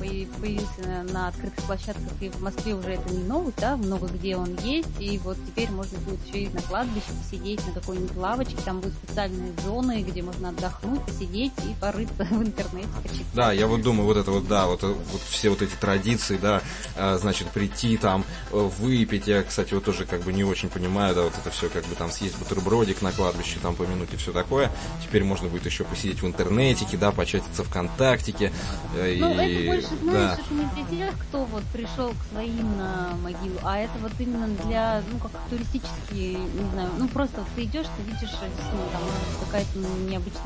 Speaker 3: появился на открытых площадках, и в Москве уже это не новость, да, много где он есть, и вот теперь можно будет еще и на кладбище посидеть на какой-нибудь лавочке, там будут специальные зоны, где можно отдохнуть, посидеть и порыться в интернете, почитать.
Speaker 2: Да, я вот думаю, вот это вот, да, вот все вот эти традиции, да, значит, прийти там, выпить, я, кстати, вот тоже как бы не очень понимаю, да, вот это все как бы там съесть бутербродик на кладбище, там помянуть и все такое. Теперь можно будет еще посидеть в интернетике, да, початиться ВКонтактике.
Speaker 3: Ну, это больше, знаешь, это не для тех, кто вот пришел к своим на могилу, а это вот именно для, ну, как туристические, не знаю, ну, просто вот ты идешь, ты видишь, там какая-то необычно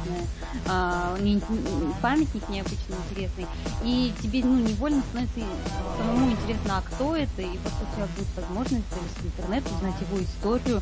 Speaker 3: интересная, памятник необычно интересный, и тебе, ну, невольно становится самому интересно, а кто это, и вот у тебя будет возможность в интернет узнать его историю,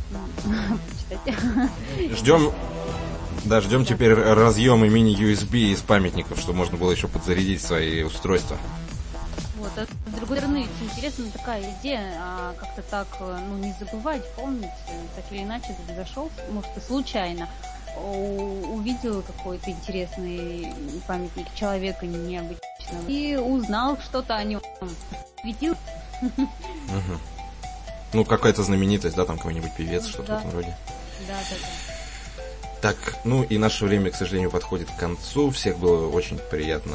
Speaker 3: почитать.
Speaker 2: Ждем теперь разъемы мини-USB из памятников, чтобы можно было еще подзарядить свои устройства.
Speaker 3: Вот, а с другой стороны, интересная такая идея, как-то так, ну, не забывать, помнить, так или иначе ты зашел, может, и случайно увидел какой-то интересный памятник человека необычного и узнал что-то о нем. Светил.
Speaker 2: Ну, какая-то знаменитость, да, там какой-нибудь певец, что-то
Speaker 3: да.
Speaker 2: в этом роде.
Speaker 3: Да.
Speaker 2: Так, ну и наше время, к сожалению, подходит к концу. Всем было очень приятно,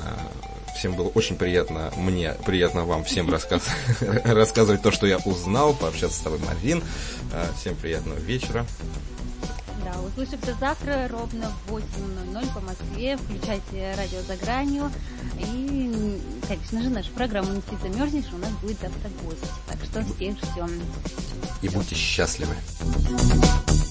Speaker 2: мне приятно вам всем рассказывать то, что я узнал, пообщаться с тобой, Марин. Всем приятного вечера.
Speaker 3: Да, услышимся завтра ровно в 8:00 по Москве. Включайте радио «За гранью». И, конечно же, нашу программу «Не спи, замерзнешь», у нас будет завтра гость. Так что всех ждем.
Speaker 2: И будьте счастливы.